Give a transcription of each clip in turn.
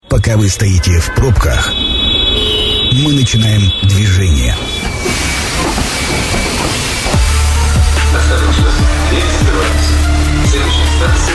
Пока вы стоите в пробках, мы начинаем движение. Осторожно, дверь закрывается. Следующая станция.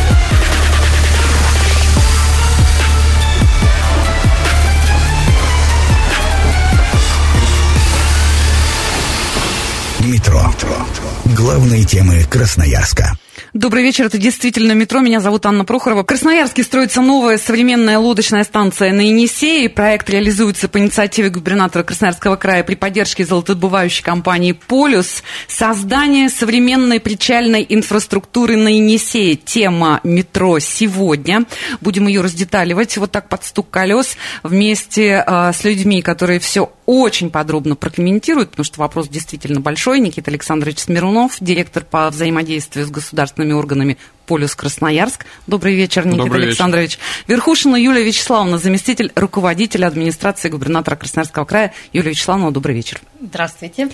Метро. Главные темы Красноярска. Добрый вечер, это действительно метро. Меня зовут Анна Прохорова. В Красноярске строится новая современная лодочная станция на Енисее. Проект реализуется по инициативе губернатора Красноярского края при поддержке золотодобывающей компании «Полюс». Создание современной причальной инфраструктуры на Енисее. Тема метро сегодня. Будем ее раздеталивать вот так под стук колес вместе с людьми, которые все очень подробно прокомментируют, потому что вопрос действительно большой. Никита Александрович Смирнов, директор по взаимодействию с государственными органами «Полюс Красноярск». Добрый вечер, Никита Добрый Александрович. Вечер. Верхушина Юлия Вячеславовна, заместитель руководителя администрации губернатора Красноярского края. Юлия Вячеславовна, добрый вечер. Здравствуйте.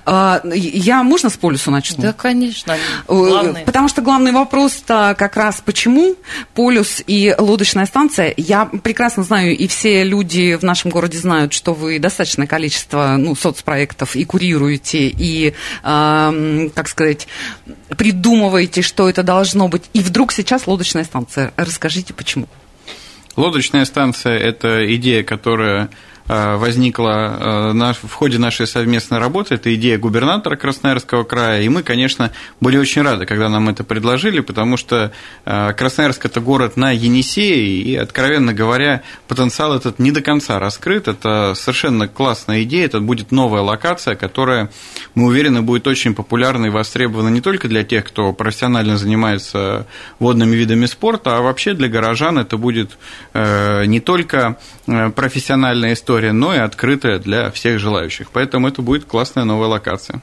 Можно с «Полюсу» начну? Да, конечно. Главное. Потому что главный вопрос-то как раз почему «Полюс» и лодочная станция. Я прекрасно знаю, и все люди в нашем городе знают, что вы достаточное количество соцпроектов и курируете, и, как сказать, придумываете, что это должно быть. И вдруг сейчас лодочная станция. Расскажите, почему? Лодочная станция – это идея, которая возникла в ходе нашей совместной работы. Это идея губернатора Красноярского края. И мы, конечно, были очень рады, когда нам это предложили, потому что Красноярск – это город на Енисее, и, откровенно говоря, потенциал этот не до конца раскрыт. Это совершенно классная идея. Это будет новая локация, которая, мы уверены, будет очень популярна и востребована не только для тех, кто профессионально занимается водными видами спорта, а вообще для горожан это будет не только профессиональная история, но и открытая для всех желающих. Поэтому это будет классная новая локация.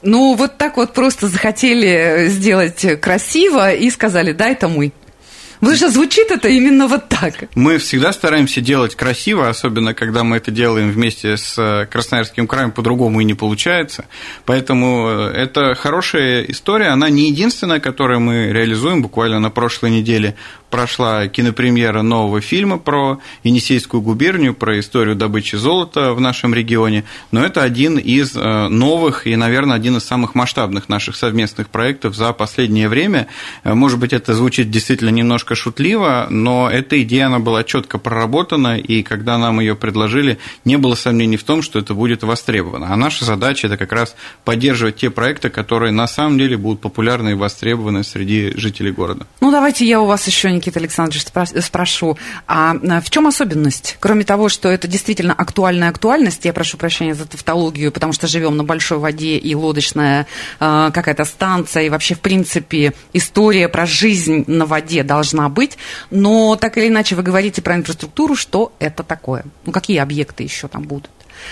Вот так вот просто захотели сделать красиво и сказали: да, это мы. Потому что звучит это именно вот так. Мы всегда стараемся делать красиво, особенно когда мы это делаем вместе с Красноярским краем, по-другому и не получается. Поэтому это хорошая история, она не единственная, которую мы реализуем. Буквально на прошлой неделе прошла кинопремьера нового фильма про Енисейскую губернию, про историю добычи золота в нашем регионе. Но это один из новых и, наверное, один из самых масштабных наших совместных проектов за последнее время. Может быть, это звучит действительно немножко шутливо, но эта идея, она была четко проработана, и когда нам ее предложили, не было сомнений в том, что это будет востребовано. А наша задача – это как раз поддерживать те проекты, которые на самом деле будут популярны и востребованы среди жителей города. Давайте я у вас еще, Никита Александрович, спрошу, а в чем особенность? Кроме того, что это действительно актуальная актуальность, я прошу прощения за тавтологию, потому что живем на большой воде, и лодочная какая-то станция, и вообще, в принципе, история про жизнь на воде должна быть, но так или иначе вы говорите про инфраструктуру, что это такое? Какие объекты еще там будут?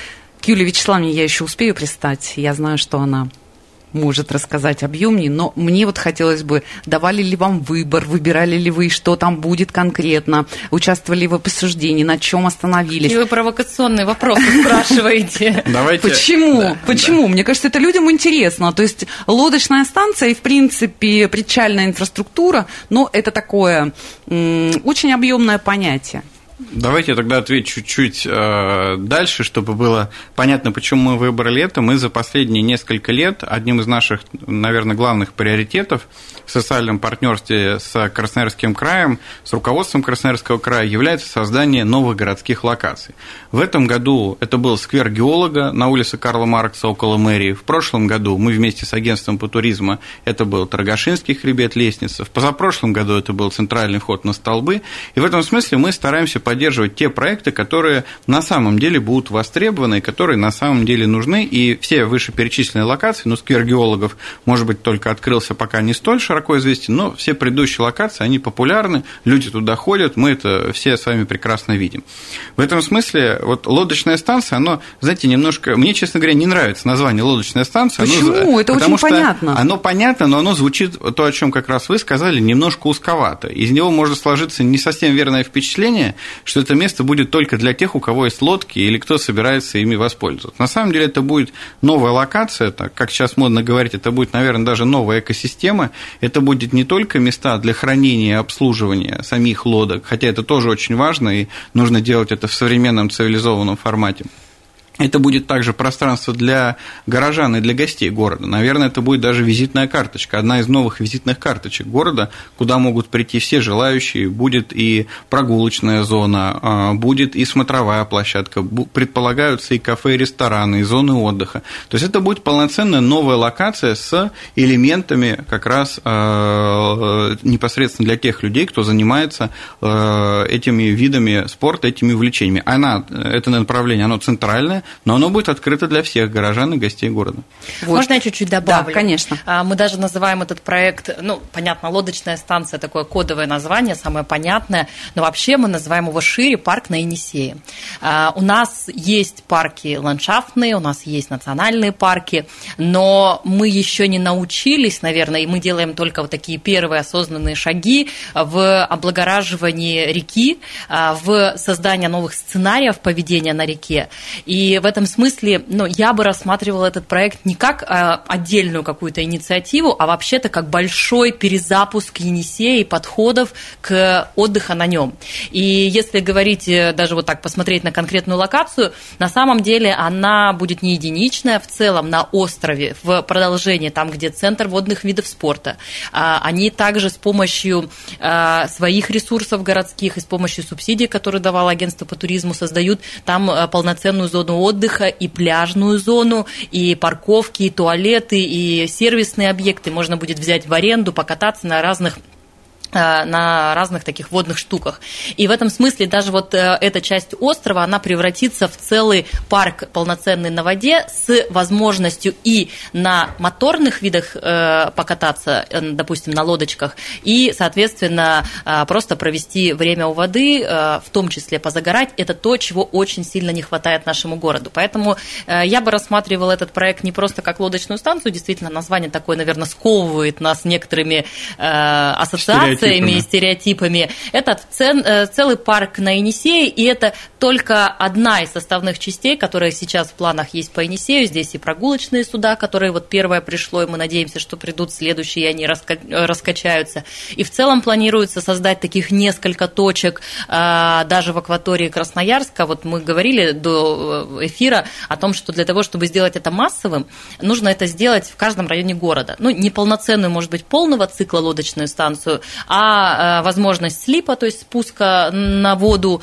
К Юлии Вячеславовне я еще успею пристать, я знаю, что она может рассказать объемнее, но мне хотелось бы, давали ли вам выбор, выбирали ли вы, что там будет конкретно, участвовали ли вы в обсуждении, на чем остановились? И вы провокационные вопросы спрашиваете. Почему? Почему? Мне кажется, это людям интересно. То есть лодочная станция и, в принципе, причальная инфраструктура, это такое очень объемное понятие. Давайте я тогда отвечу чуть дальше, чтобы было понятно, почему мы выбрали это. Мы за последние несколько лет одним из наших, наверное, главных приоритетов в социальном партнерстве с Красноярским краем, с руководством Красноярского края является создание новых городских локаций. В этом году это был сквер геолога на улице Карла Маркса около мэрии. В прошлом году мы вместе с агентством по туризму, это был Торгашинский хребет, лестница. В позапрошлом году это был центральный вход на столбы. И в этом смысле мы стараемся поддерживать те проекты, которые на самом деле будут востребованы, которые на самом деле нужны. И все вышеперечисленные локации, сквер геологов, может быть, только открылся пока не столь широко известен, но все предыдущие локации, они популярны, люди туда ходят, мы это все с вами прекрасно видим. В этом смысле лодочная станция, оно, знаете, немножко, мне, честно говоря, не нравится название лодочная станция. Почему? Это очень понятно. Оно понятно, но оно звучит, то, о чем как раз вы сказали, немножко узковато. Из него может сложиться не совсем верное впечатление, что это место будет только для тех, у кого есть лодки или кто собирается ими воспользоваться. На самом деле это будет новая локация, так как сейчас модно говорить, это будет, наверное, даже новая экосистема. Это будет не только места для хранения и обслуживания самих лодок, хотя это тоже очень важно, и нужно делать это в современном цивилизованном формате. Это будет также пространство для горожан и для гостей города. Наверное, это будет даже визитная карточка, одна из новых визитных карточек города, куда могут прийти все желающие. Будет и прогулочная зона, будет и смотровая площадка, предполагаются и кафе, и рестораны, и зоны отдыха. То есть это будет полноценная новая локация с элементами как раз непосредственно для тех людей, кто занимается этими видами спорта, этими увлечениями. Это направление, оно центральное, но оно будет открыто для всех горожан и гостей города. Вот. Можно я чуть-чуть добавлю? Да, конечно. Мы даже называем этот проект, понятно, лодочная станция, такое кодовое название, самое понятное, но вообще мы называем его шире «Парк на Енисее». У нас есть парки ландшафтные, у нас есть национальные парки, но мы еще не научились, наверное, и мы делаем только вот такие первые осознанные шаги в облагораживании реки, в создании новых сценариев поведения на реке. И в этом смысле, я бы рассматривала этот проект не как отдельную какую-то инициативу, а вообще-то как большой перезапуск Енисея и подходов к отдыху на нем. И если говорить, даже вот так посмотреть на конкретную локацию, на самом деле она будет не единичная, в целом на острове, в продолжении, там, где центр водных видов спорта. Они также с помощью своих ресурсов городских и с помощью субсидий, которые давало агентство по туризму, создают там полноценную зону отдыха и пляжную зону, и парковки, и туалеты, и сервисные объекты. Можно будет взять в аренду, покататься на разных таких водных штуках. И в этом смысле даже вот эта часть острова, она превратится в целый парк полноценный на воде с возможностью и на моторных видах покататься, допустим, на лодочках, и, соответственно, просто провести время у воды, в том числе позагорать. Это то, чего очень сильно не хватает нашему городу. Поэтому я бы рассматривала этот проект не просто как лодочную станцию, действительно, название такое, наверное, сковывает нас некоторыми ассоциациями, и стереотипами. Это целый парк на Енисее, и это только одна из составных частей, которая сейчас в планах есть по Енисею. Здесь и прогулочные суда, которые вот первое пришло, и мы надеемся, что придут следующие, и они раскачаются. И в целом планируется создать таких несколько точек даже в акватории Красноярска. Вот мы говорили до эфира о том, что для того, чтобы сделать это массовым, нужно это сделать в каждом районе города. Не полноценную, может быть, полного цикла лодочную станцию, а возможность слипа, то есть спуска на воду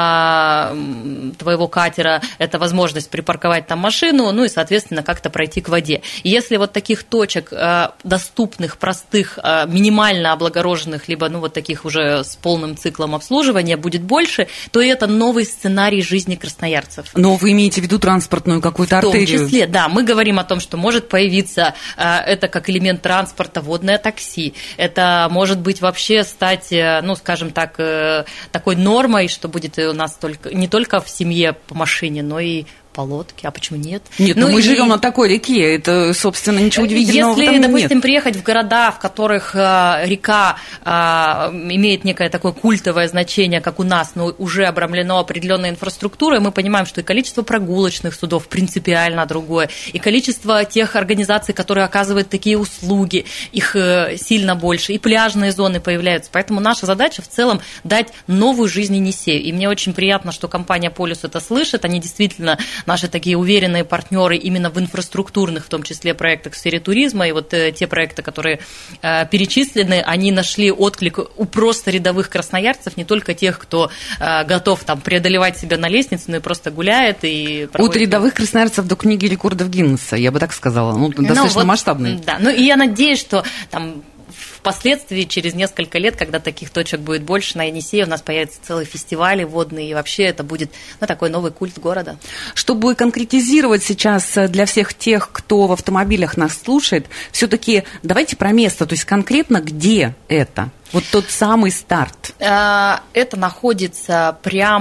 твоего катера, это возможность припарковать там машину, и, соответственно, как-то пройти к воде. И если вот таких точек доступных, простых, минимально облагороженных, либо, вот таких уже с полным циклом обслуживания будет больше, то это новый сценарий жизни красноярцев. Но вы имеете в виду транспортную какую-то артерию? В том числе, да. Мы говорим о том, что может появиться это как элемент транспорта водное такси. Это может быть вообще стать, скажем так, такой нормой, что будет у нас не только в семье по машине, но и по лодке, а почему нет? Нет, мы живем на такой реке, это, собственно, ничего удивительного в этом нет. Если, допустим, приехать в города, в которых река имеет некое такое культовое значение, как у нас, но уже обрамлено определенной инфраструктурой, мы понимаем, что и количество прогулочных судов принципиально другое, и количество тех организаций, которые оказывают такие услуги, их сильно больше, и пляжные зоны появляются. Поэтому наша задача в целом дать новую жизнь Енисею. И мне очень приятно, что компания «Полюс» это слышит, они действительно наши такие уверенные партнеры именно в инфраструктурных, в том числе, проектах в сфере туризма. И вот те проекты, которые перечислены, они нашли отклик у просто рядовых красноярцев, не только тех, кто готов там преодолевать себя на лестнице, но и просто гуляет. И от рядовых красноярцев до книги рекордов Гиннесса, я бы так сказала. Достаточно масштабный. Да, и я надеюсь, что там впоследствии, через несколько лет, когда таких точек будет больше на Енисее, у нас появятся целые фестивали водные, и вообще это будет такой новый культ города. Чтобы конкретизировать сейчас для всех тех, кто в автомобилях нас слушает, все-таки давайте про место, то есть конкретно где это? Вот тот самый старт. Это находится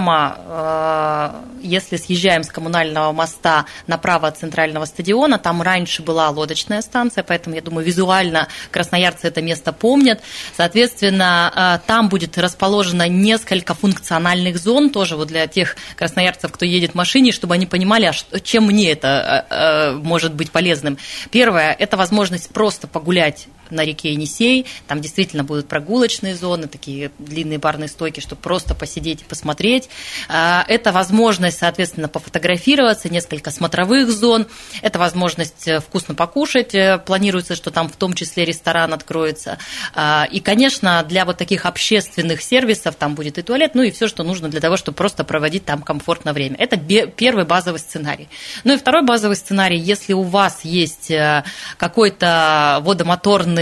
прямо, если съезжаем с Коммунального моста направо от центрального стадиона. Там раньше была лодочная станция, поэтому, я думаю, визуально красноярцы это место помнят. Соответственно, там будет расположено несколько функциональных зон, тоже вот для тех красноярцев, кто едет в машине, чтобы они понимали, чем мне это может быть полезным. Первое – это возможность просто погулять на реке Енисей. Там действительно будут прогулочные зоны, такие длинные барные стойки, чтобы просто посидеть и посмотреть. Это возможность, соответственно, пофотографироваться, несколько смотровых зон. Это возможность вкусно покушать. Планируется, что там в том числе ресторан откроется. И, конечно, для вот таких общественных сервисов там будет и туалет, ну и все, что нужно для того, чтобы просто проводить там комфортное время. Это первый базовый сценарий. Ну и второй базовый сценарий, если у вас есть какое-то водомоторное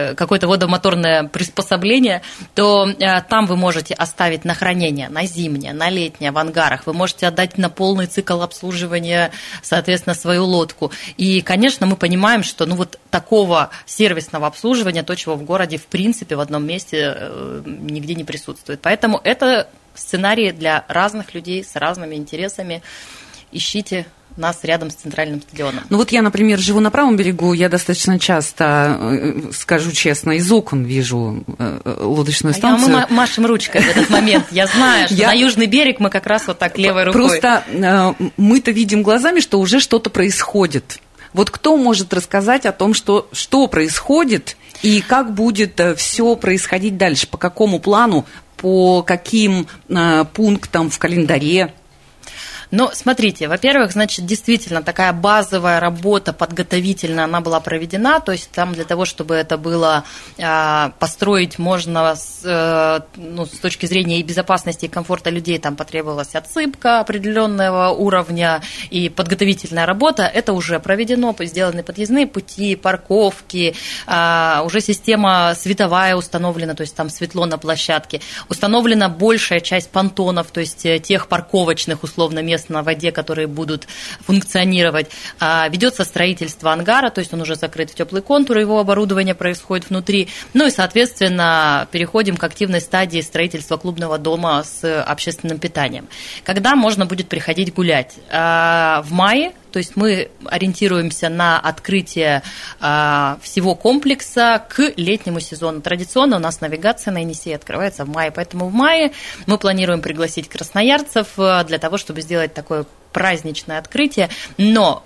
приспособление, то там вы можете оставить на хранение, на зимнее, на летнее, в ангарах. Вы можете отдать на полный цикл обслуживания, соответственно, свою лодку. И, конечно, мы понимаем, что вот такого сервисного обслуживания, то, чего в городе, в принципе, в одном месте нигде не присутствует. Поэтому это сценарии для разных людей с разными интересами. Ищите нас рядом с центральным стадионом. Ну вот я, например, живу на правом берегу, я достаточно часто, скажу честно, из окон вижу лодочную станцию. Мы машем ручкой в этот момент. Я знаю, что на южный берег мы как раз вот так левой рукой. Просто мы-то видим глазами, что уже что-то происходит. Вот кто может рассказать о том, что происходит и как будет все происходить дальше, по какому плану, по каким пунктам в календаре? Ну, смотрите, во-первых, значит, действительно такая базовая работа подготовительная, она была проведена, то есть там для того, чтобы это было построить можно с точки зрения и безопасности, и комфорта людей, там потребовалась отсыпка определенного уровня и подготовительная работа, это уже проведено, сделаны подъездные пути, парковки, уже система световая установлена, то есть там светло на площадке, установлена большая часть понтонов, то есть тех парковочных условно мест на воде, которые будут функционировать. Ведется строительство ангара, то есть он уже закрыт в теплый контур, его оборудование происходит внутри. Ну и, соответственно, переходим к активной стадии строительства клубного дома с общественным питанием. Когда можно будет приходить гулять? В мае. То есть мы ориентируемся на открытие всего комплекса к летнему сезону. Традиционно у нас навигация на Енисей открывается в мае, поэтому в мае мы планируем пригласить красноярцев для того, чтобы сделать такое праздничное открытие, но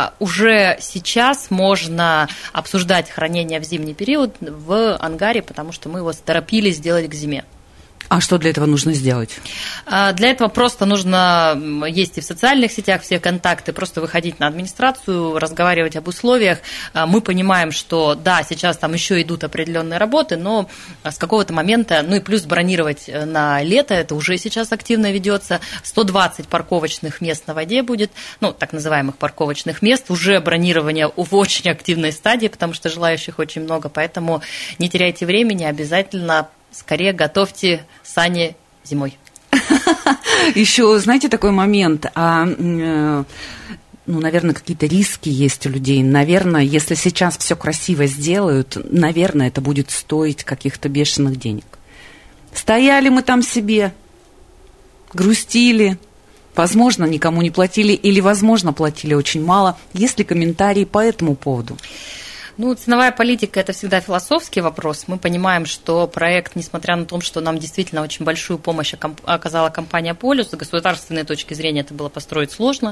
уже сейчас можно обсуждать хранение в зимний период в ангаре, потому что мы его торопились сделать к зиме. А что для этого нужно сделать? Для этого просто нужно, есть и в социальных сетях все контакты, просто выходить на администрацию, разговаривать об условиях. Мы понимаем, что да, сейчас там еще идут определенные работы, но с какого-то момента, ну и плюс бронировать на лето, это уже сейчас активно ведется. 120 парковочных мест на воде будет, ну, так называемых парковочных мест, уже бронирование в очень активной стадии, потому что желающих очень много, поэтому не теряйте времени, обязательно скорее готовьте сани зимой. Еще, знаете, такой момент, наверное, какие-то риски есть у людей. Наверное, если сейчас все красиво сделают, наверное, это будет стоить каких-то бешеных денег. Стояли мы там себе, грустили, возможно, никому не платили или, возможно, платили очень мало. Есть ли комментарии по этому поводу? Ну, ценовая политика – это всегда философский вопрос. Мы понимаем, что проект, несмотря на то, что нам действительно очень большую помощь оказала компания «Полюс», с государственной точки зрения это было построить сложно.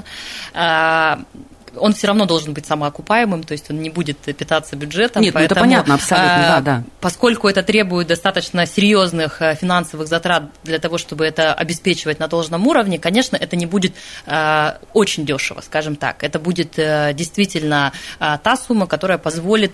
Он все равно должен быть самоокупаемым, то есть он не будет питаться бюджетом. Нет, поэтому, это понятно, абсолютно, да. Поскольку это требует достаточно серьезных финансовых затрат для того, чтобы это обеспечивать на должном уровне, конечно, это не будет очень дешево, скажем так. Это будет действительно та сумма, которая позволит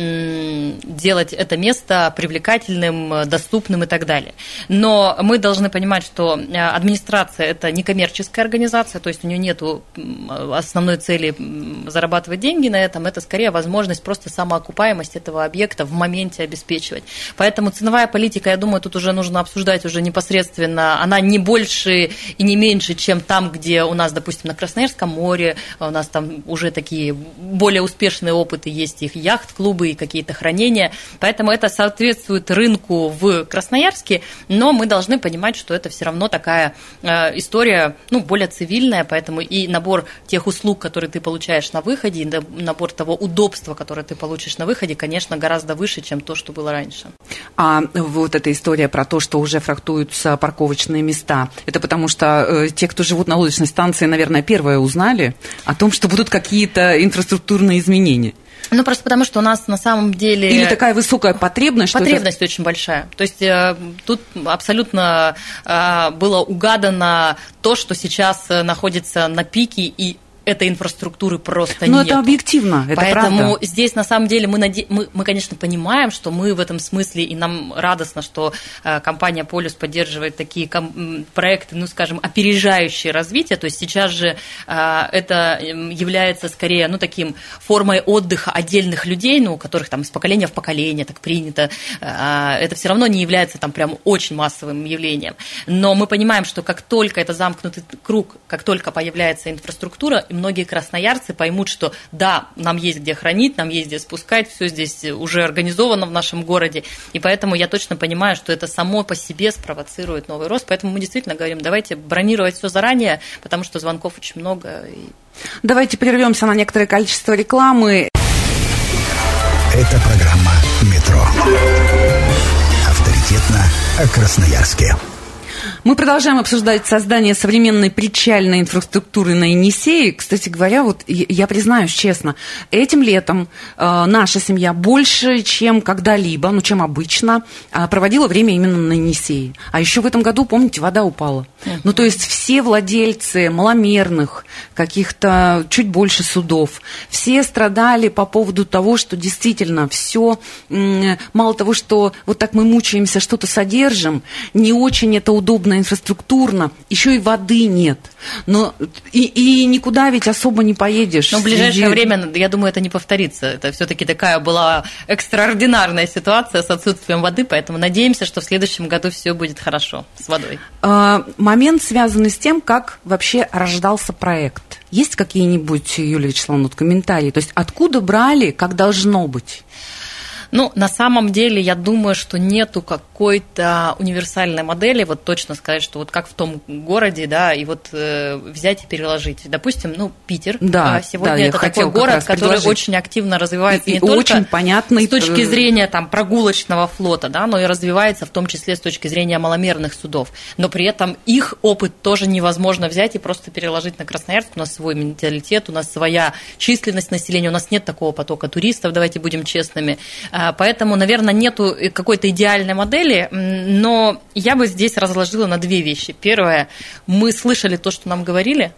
делать это место привлекательным, доступным и так далее. Но мы должны понимать, что администрация – это некоммерческая организация, то есть у нее нет основной цели зарабатывать деньги на этом, это скорее возможность просто самоокупаемость этого объекта в моменте обеспечивать. Поэтому ценовая политика, я думаю, тут уже нужно обсуждать уже непосредственно, она не больше и не меньше, чем там, где у нас, допустим, на Красноярском море, у нас там уже такие более успешные опыты есть, их яхт-клубы и какие-то хранения, поэтому это соответствует рынку в Красноярске, но мы должны понимать, что это все равно такая история, более цивильная, поэтому и набор тех услуг, которые ты получаешь на выходе, и набор того удобства, которое ты получишь на выходе, конечно, гораздо выше, чем то, что было раньше. А вот эта история про то, что уже фрахтуются парковочные места, это потому что те, кто живут на лодочной станции, наверное, первые узнали о том, что будут какие-то инфраструктурные изменения? Просто потому, что у нас на самом деле... Или такая высокая потребность? Потребность очень большая. То есть тут абсолютно было угадано то, что сейчас находится на пике, и этой инфраструктуры просто нет. Но это объективно, это Поэтому правда. здесь, на самом деле, мы, конечно, понимаем, что мы в этом смысле, и нам радостно, что компания «Полюс» поддерживает такие проекты, скажем, опережающие развитие. То есть сейчас же это является скорее, таким формой отдыха отдельных людей, у которых там из поколения в поколение так принято. Это все равно не является там прям очень массовым явлением. Но мы понимаем, что как только это замкнутый круг, как только появляется инфраструктура, и многие красноярцы поймут, что да, нам есть где хранить, нам есть где спускать, все здесь уже организовано в нашем городе, и поэтому я точно понимаю, что это само по себе спровоцирует новый рост, поэтому мы действительно говорим, давайте бронировать все заранее, потому что звонков очень много. Давайте прервемся на некоторое количество рекламы. Это программа «Метро». Авторитетно о Красноярске. Мы продолжаем обсуждать создание современной причальной инфраструктуры на Енисее. Кстати говоря, я признаюсь честно, этим летом наша семья больше, чем когда-либо, чем обычно, проводила время именно на Енисее. А еще в этом году, помните, вода упала. То есть все владельцы маломерных, каких-то чуть больше судов, все страдали по поводу того, что действительно все, мало того, что вот так мы мучаемся, что-то содержим, не очень это удобно инфраструктурно, еще и воды нет. Но и никуда ведь особо не поедешь. Но в ближайшее время, я думаю, это не повторится. Это все-таки такая была экстраординарная ситуация с отсутствием воды, поэтому надеемся, что в следующем году все будет хорошо с водой. Момент, связанный с тем, как вообще рождался проект. Есть какие-нибудь, Юлия Вячеславовна, комментарии? То есть откуда брали, как должно быть? На самом деле, я думаю, что нету какой-то универсальной модели, точно сказать, что как в том городе, да, и взять и переложить. Допустим, Питер. Да, сегодня это такой город, который очень активно развивается и не только очень понятный с точки зрения прогулочного флота, да, но и развивается в том числе с точки зрения маломерных судов. Но при этом их опыт тоже невозможно взять и просто переложить на Красноярск. У нас свой менталитет, у нас своя численность населения, у нас нет такого потока туристов, давайте будем честными. Поэтому, наверное, нету какой-то идеальной модели, но я бы здесь разложила на две вещи. Первое, мы слышали то, что нам говорили.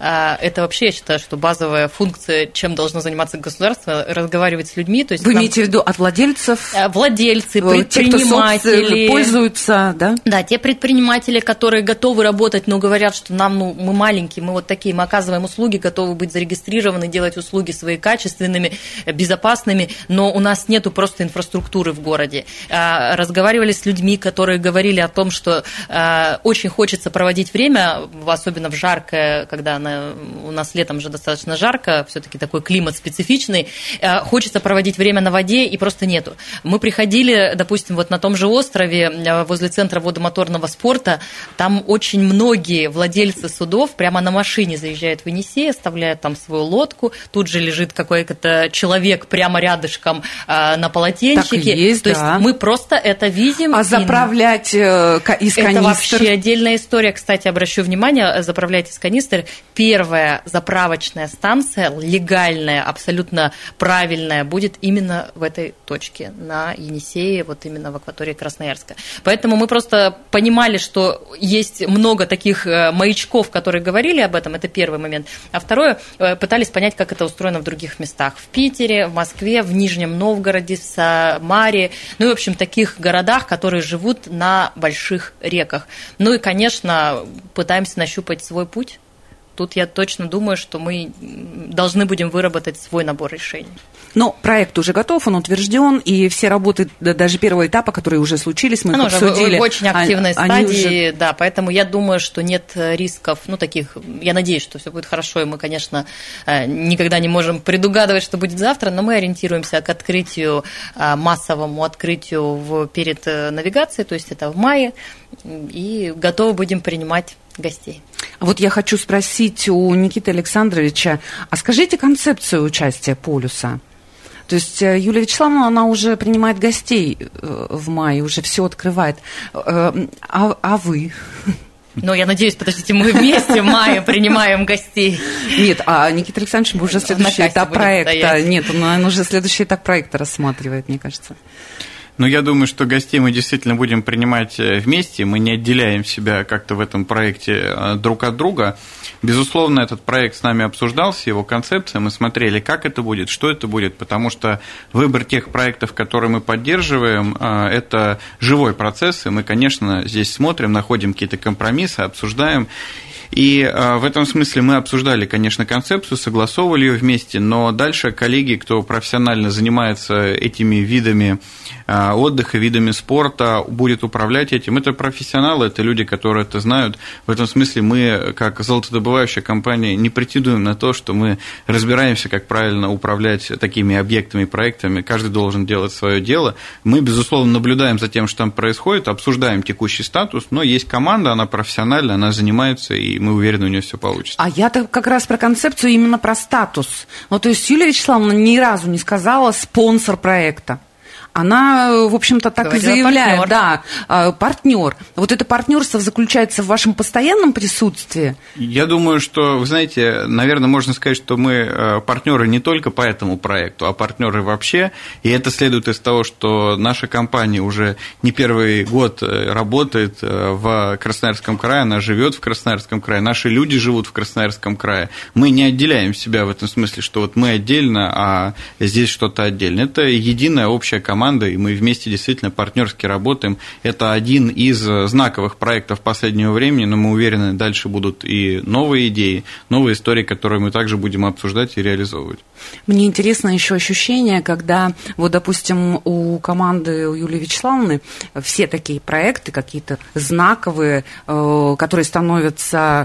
Это вообще, я считаю, что базовая функция, чем должно заниматься государство, разговаривать с людьми. То есть вы имеете в виду от владельцев? Владельцы, предприниматели. Те, кто пользуются, да? Да, те предприниматели, которые готовы работать, но говорят, что мы маленькие, мы такие, мы оказываем услуги, готовы быть зарегистрированы, делать услуги свои качественными, безопасными, но у нас нету просто инфраструктуры в городе. Разговаривали с людьми, которые говорили о том, что очень хочется проводить время, особенно в жаркое, когда у нас летом же достаточно жарко, все-таки такой климат специфичный, хочется проводить время на воде, и просто нету. Мы приходили, допустим, на том же острове, возле центра водомоторного спорта, там очень многие владельцы судов прямо на машине заезжают в Енисей, оставляют там свою лодку, тут же лежит какой-то человек прямо рядышком на полотенчике. Так и есть, то есть мы просто это видим. А заправлять из канистр? Это вообще отдельная история. Кстати, обращу внимание, заправлять из канистр. Первая заправочная станция, легальная, абсолютно правильная, будет именно в этой точке, на Енисее, именно в акватории Красноярска. Поэтому мы просто понимали, что есть много таких маячков, которые говорили об этом, это первый момент. А второе, пытались понять, как это устроено в других местах. В Питере, в Москве, в Нижнем Новгороде, в Самаре, в общем, таких городах, которые живут на больших реках. И, конечно, пытаемся нащупать свой путь. тут я точно думаю, что мы должны будем выработать свой набор решений. Но проект уже готов, он утвержден, и все работы, даже первого этапа, которые уже случились, мы их обсудили. В очень активной стадии, да, поэтому я думаю, что нет рисков, таких, я надеюсь, что все будет хорошо, и мы, конечно, никогда не можем предугадывать, что будет завтра, но мы ориентируемся к открытию, массовому открытию перед навигацией, то есть это в мае, и готовы будем принимать гостей. Вот я хочу спросить у Никиты Александровича, а скажите концепцию участия «Полюса». То есть Юлия Вячеславовна, она уже принимает гостей в мае, уже все открывает. А вы? Я надеюсь, подождите, мы вместе в мае принимаем гостей. Нет, а Никита Александрович уже следующий этап проекта. Нет, он уже следующий этап проекта рассматривает, мне кажется. Я думаю, что гостей мы действительно будем принимать вместе, мы не отделяем себя как-то в этом проекте друг от друга. Безусловно, этот проект с нами обсуждался, его концепция, мы смотрели, как это будет, что это будет, потому что выбор тех проектов, которые мы поддерживаем, это живой процесс, и мы, конечно, здесь смотрим, находим какие-то компромиссы, обсуждаем. И в этом смысле мы обсуждали, конечно, концепцию, согласовывали ее вместе, но дальше коллеги, кто профессионально занимается этими видами отдыха, видами спорта, будет управлять этим. Это профессионалы, это люди, которые это знают. В этом смысле мы, как золотодобывающая компания, не претендуем на то, что мы разбираемся, как правильно управлять такими объектами, проектами. Каждый должен делать свое дело. Мы, безусловно, наблюдаем за тем, что там происходит, обсуждаем текущий статус, но есть команда, она профессиональная, она занимается, и мы уверены, у нее все получится. А я-то как раз про концепцию, именно про статус. То есть Юлия Вячеславовна ни разу не сказала «спонсор проекта». Она, в общем-то, так и заявляет, партнер. Вот это партнерство заключается в вашем постоянном присутствии? Я думаю, что, вы знаете, наверное, можно сказать, что мы партнеры не только по этому проекту, а партнеры вообще. И это следует из того, что наша компания уже не первый год работает в Красноярском крае, она живет в Красноярском крае, наши люди живут в Красноярском крае. Мы не отделяем себя в этом смысле, что вот мы отдельно, а здесь что-то отдельно. Это единая общая команда, и мы вместе действительно партнерски работаем. Это один из знаковых проектов последнего времени, но мы уверены, дальше будут и новые идеи, новые истории, которые мы также будем обсуждать и реализовывать. Мне интересно еще ощущение, когда, допустим, у команды, у Юлии Вячеславовны все такие проекты какие-то знаковые, которые становятся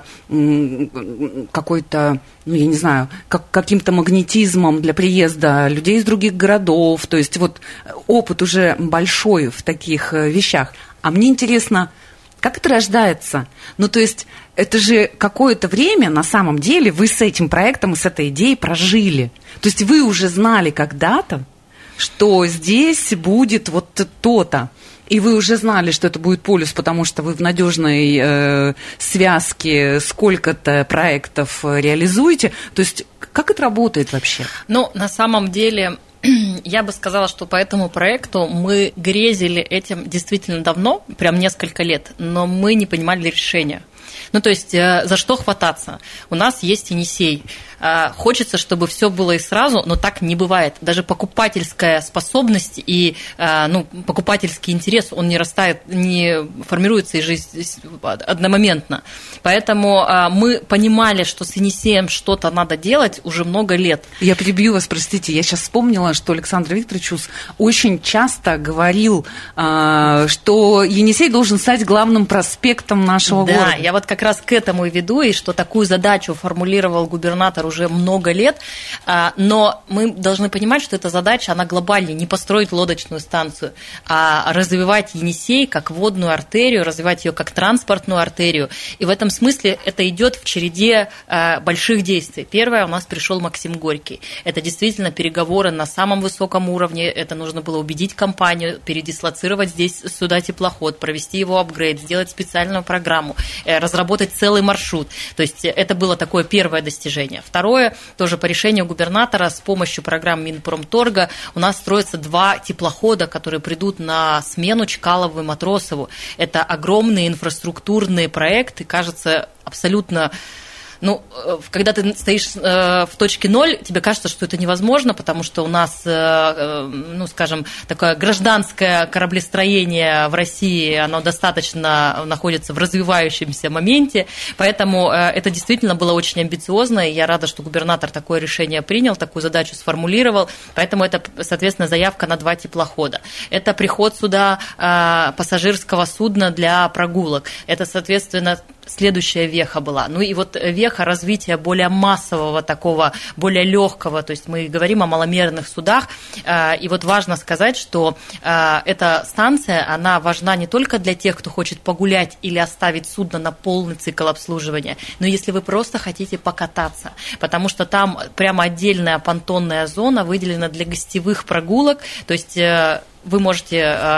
какой-то, я не знаю, каким-то магнетизмом для приезда людей из других городов, то есть опыт уже большой в таких вещах. А мне интересно, как это рождается? То есть это же какое-то время, на самом деле, вы с этим проектом и с этой идеей прожили. То есть вы уже знали когда-то, что здесь будет вот то-то. И вы уже знали, что это будет полюс, потому что вы в надежной связке сколько-то проектов реализуете. То есть как это работает вообще? На самом деле, я бы сказала, что по этому проекту мы грезили этим действительно давно, прям несколько лет, но мы не понимали решения. То есть за что хвататься? У нас есть Енисей. Хочется, чтобы все было и сразу, но так не бывает. Даже покупательская способность и покупательский интерес, он не растает, не формируется одномоментно. Поэтому мы понимали, что с Енисеем что-то надо делать уже много лет. Я перебью вас, простите, я сейчас вспомнила, что Александр Викторович очень часто говорил, что Енисей должен стать главным проспектом нашего города. Да, я как раз к этому и веду, и что такую задачу формулировал губернатор уже много лет, но мы должны понимать, что эта задача, она глобальнее, не построить лодочную станцию, а развивать Енисей как водную артерию, развивать ее как транспортную артерию, и в этом смысле это идет в череде больших действий. Первое, у нас пришел Максим Горький. Это действительно переговоры на самом высоком уровне, это нужно было убедить компанию, передислоцировать сюда теплоход, провести его апгрейд, сделать специальную программу, разработать целый маршрут. То есть это было такое первое достижение. Второе, тоже по решению губернатора, с помощью программ Минпромторга у нас строятся 2 теплохода, которые придут на смену Чкалову и Матросову. Это огромные инфраструктурные проекты, кажется, абсолютно Ну, когда ты стоишь в точке 0, тебе кажется, что это невозможно, потому что у нас, ну, скажем, такое гражданское кораблестроение в России, оно достаточно находится в развивающемся моменте, поэтому это действительно было очень амбициозно, и я рада, что губернатор такое решение принял, такую задачу сформулировал, поэтому это, соответственно, заявка на 2 теплохода. Это приход сюда пассажирского судна для прогулок. Это, соответственно, следующая веха была. Ну и вот веха развития более массового такого, более легкого, то есть мы говорим о маломерных судах, и вот важно сказать, что эта станция, она важна не только для тех, кто хочет погулять или оставить судно на полный цикл обслуживания, но если вы просто хотите покататься, потому что там прямо отдельная понтонная зона выделена для гостевых прогулок, то есть вы можете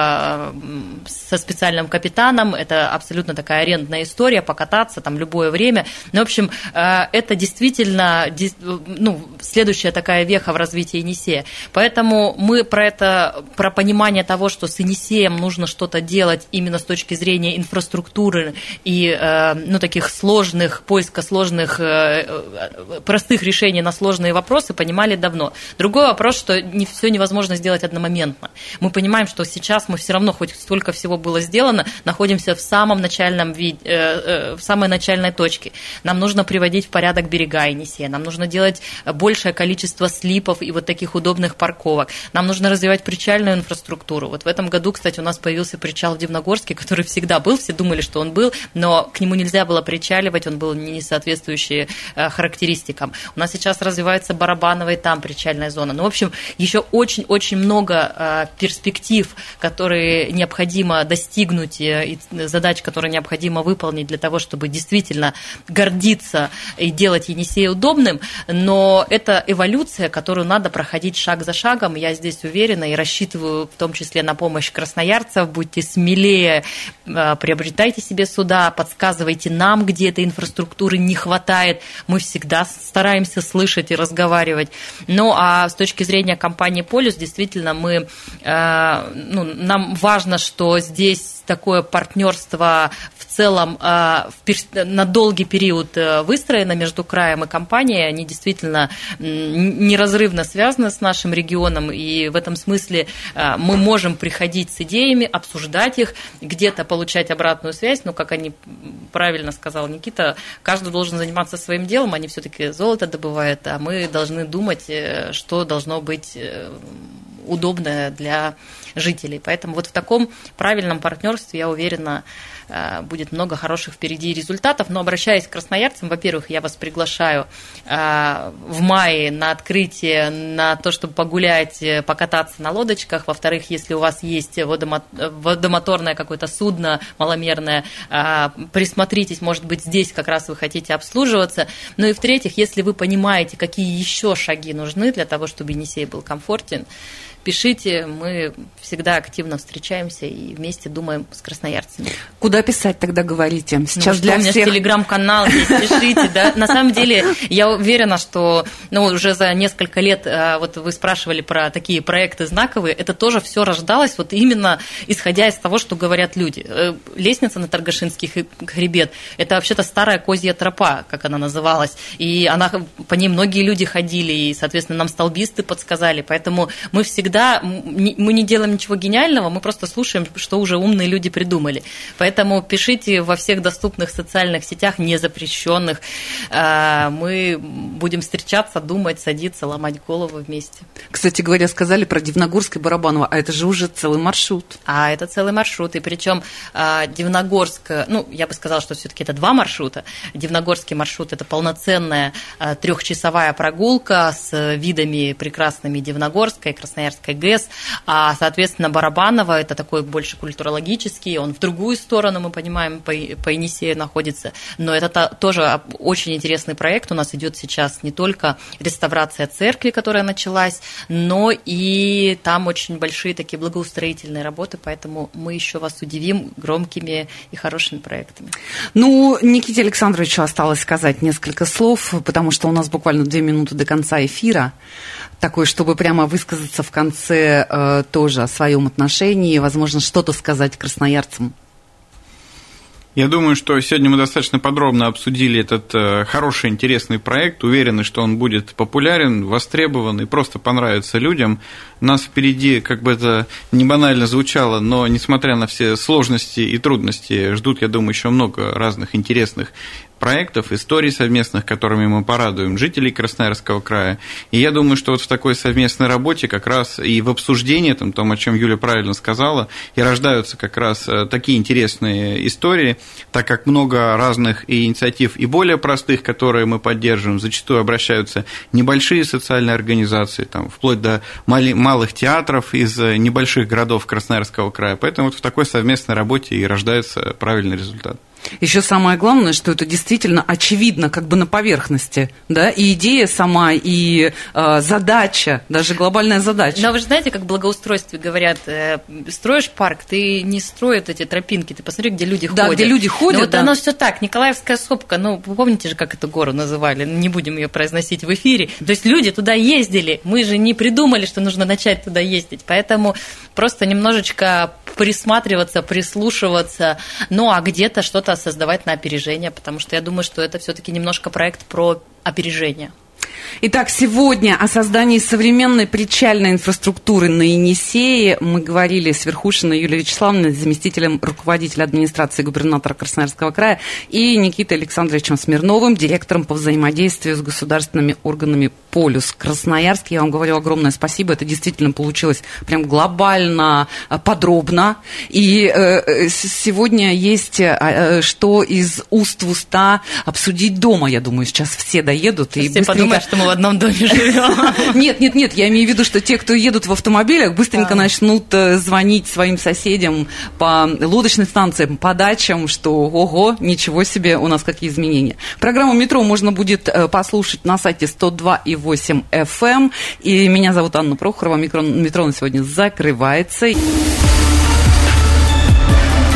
со специальным капитаном, это абсолютно такая арендная история, покататься там любое время. Ну, в общем, это действительно следующая такая веха в развитии Енисея. Поэтому мы про понимание того, что с Енисеем нужно что-то делать именно с точки зрения инфраструктуры и таких сложных, поиска сложных, простых решений на сложные вопросы, понимали давно. Другой вопрос, что все невозможно сделать одномоментно. Мы понимаем, что сейчас мы все равно, хоть столько всего было сделано, находимся в самом начальном в самой начальной точке. Нам нужно приводить в порядок берега Енисея, нам нужно делать большее количество слипов и вот таких удобных парковок. Нам нужно развивать причальную инфраструктуру. Вот в этом году, кстати, у нас появился причал в Дивногорске, который всегда был, все думали, что он был, но к нему нельзя было причаливать, он был не соответствующий характеристикам. У нас сейчас развивается Барабаново, и там причальная зона. Ну, в общем, еще очень-очень много перспектив, которые необходимо достигнуть, и задач, которые необходимо выполнить для того, чтобы действительно гордиться и делать Енисей удобным, но это эволюция, которую надо проходить шаг за шагом. Я здесь уверена и рассчитываю в том числе на помощь красноярцев. Будьте смелее, приобретайте себе суда, подсказывайте нам, где этой инфраструктуры не хватает. Мы всегда стараемся слышать и разговаривать. Ну, а с точки зрения компании «Полюс», действительно, нам важно, что здесь такое партнерство в целом на долгий период выстроено между краем и компанией. Они действительно неразрывно связаны с нашим регионом, и в этом смысле мы можем приходить с идеями, обсуждать их, где-то получать обратную связь, но, как они правильно сказал Никита, каждый должен заниматься своим делом, они все-таки золото добывают, а мы должны думать, что должно быть удобное для жителей. Поэтому вот в таком правильном партнерстве, я уверена, будет много хороших впереди результатов. Но, обращаясь к красноярцам, во-первых, я вас приглашаю в мае на открытие, на то, чтобы погулять, покататься на лодочках. Во-вторых, если у вас есть водомоторное какое-то судно маломерное, присмотритесь, может быть, здесь как раз вы хотите обслуживаться. Ну и в-третьих, если вы понимаете, какие еще шаги нужны для того, чтобы Енисей был комфортен, пишите, мы всегда активно встречаемся и вместе думаем с красноярцами. Куда писать тогда, говорите? Сейчас для у меня всех... телеграм-канал есть, пишите, да. На самом деле, я уверена, что уже за несколько лет, вот вы спрашивали про такие проекты знаковые, это тоже все рождалось вот именно исходя из того, что говорят люди. Лестница на Торгашинский хребет – это вообще-то старая козья тропа, как она называлась, и по ней многие люди ходили, и, соответственно, нам столбисты подсказали, поэтому мы всегда мы не делаем ничего гениального, мы просто слушаем, что уже умные люди придумали. Поэтому пишите во всех доступных социальных сетях, не запрещенных. Мы будем встречаться, думать, садиться, ломать голову вместе. Кстати говоря, сказали про Дивногорск и Барабаново, а это же уже целый маршрут. А это целый маршрут, и причем Дивногорск, я бы сказала, что все-таки это 2 маршрута. Дивногорский маршрут – это полноценная 3-часовая прогулка с видами прекрасными Дивногорска и Красноярской ГЭС, а, соответственно, Барабаново – это такой больше культурологический, он в другую сторону, мы понимаем, по Енисею находится, но это тоже очень интересный проект, у нас идет сейчас не только реставрация церкви, которая началась, но и там очень большие такие благоустроительные работы, поэтому мы еще вас удивим громкими и хорошими проектами. Никите Александровичу осталось сказать несколько слов, потому что у нас буквально 2 минуты до конца эфира, такой, чтобы прямо высказаться в конце тоже о своем отношении, возможно, что-то сказать красноярцам. Я думаю, что сегодня мы достаточно подробно обсудили этот хороший, интересный проект. Уверены, что он будет популярен, востребован и просто понравится людям. У нас впереди, как бы это не банально звучало, но несмотря на все сложности и трудности, ждут, я думаю, еще много разных интересных проектов, историй совместных, которыми мы порадуем жителей Красноярского края. И я думаю, что вот в такой совместной работе как раз и в обсуждении, том, о чем Юля правильно сказала, и рождаются как раз такие интересные истории, так как много разных и инициатив, и более простых, которые мы поддерживаем, зачастую обращаются небольшие социальные организации, вплоть до малых театров из небольших городов Красноярского края. Поэтому вот в такой совместной работе и рождается правильный результат. Еще самое главное, что это действительно очевидно, как бы на поверхности, да, и идея сама, и задача, даже глобальная задача. Но вы же знаете, как в благоустройстве говорят, строишь парк, ты не строишь эти тропинки, ты посмотри, где люди ходят. Да, где люди ходят, вот оно все так, Николаевская сопка, вы помните же, как эту гору называли, не будем ее произносить в эфире. То есть люди туда ездили, мы же не придумали, что нужно начать туда ездить, поэтому просто немножечко присматриваться, прислушиваться, а где-то что-то создавать на опережение, потому что я думаю, что это все-таки немножко проект про опережение. Итак, сегодня о создании современной причальной инфраструктуры на Енисее мы говорили с Верхушиной Юлией Вячеславовной, заместителем руководителя администрации губернатора Красноярского края, и Никитой Александровичем Смирновым, директором по взаимодействию с государственными органами «Полюс Красноярск». Я вам говорю огромное спасибо, это действительно получилось прям глобально, подробно. И сегодня есть что из уст в уста обсудить дома, я думаю, сейчас все доедут. И все подумают, что мы в одном доме живем. Нет, я имею в виду, что те, кто едут в автомобилях, быстренько начнут звонить своим соседям по лодочным станциям, по дачам, что ого, ничего себе, у нас какие изменения. Программу «Метро» можно будет послушать на сайте 102.8 FM. И меня зовут Анна Прохорова. «Метро» на сегодня закрывается.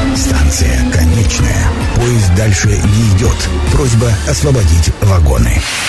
Станция конечная. Поезд дальше не идет. Просьба освободить вагоны.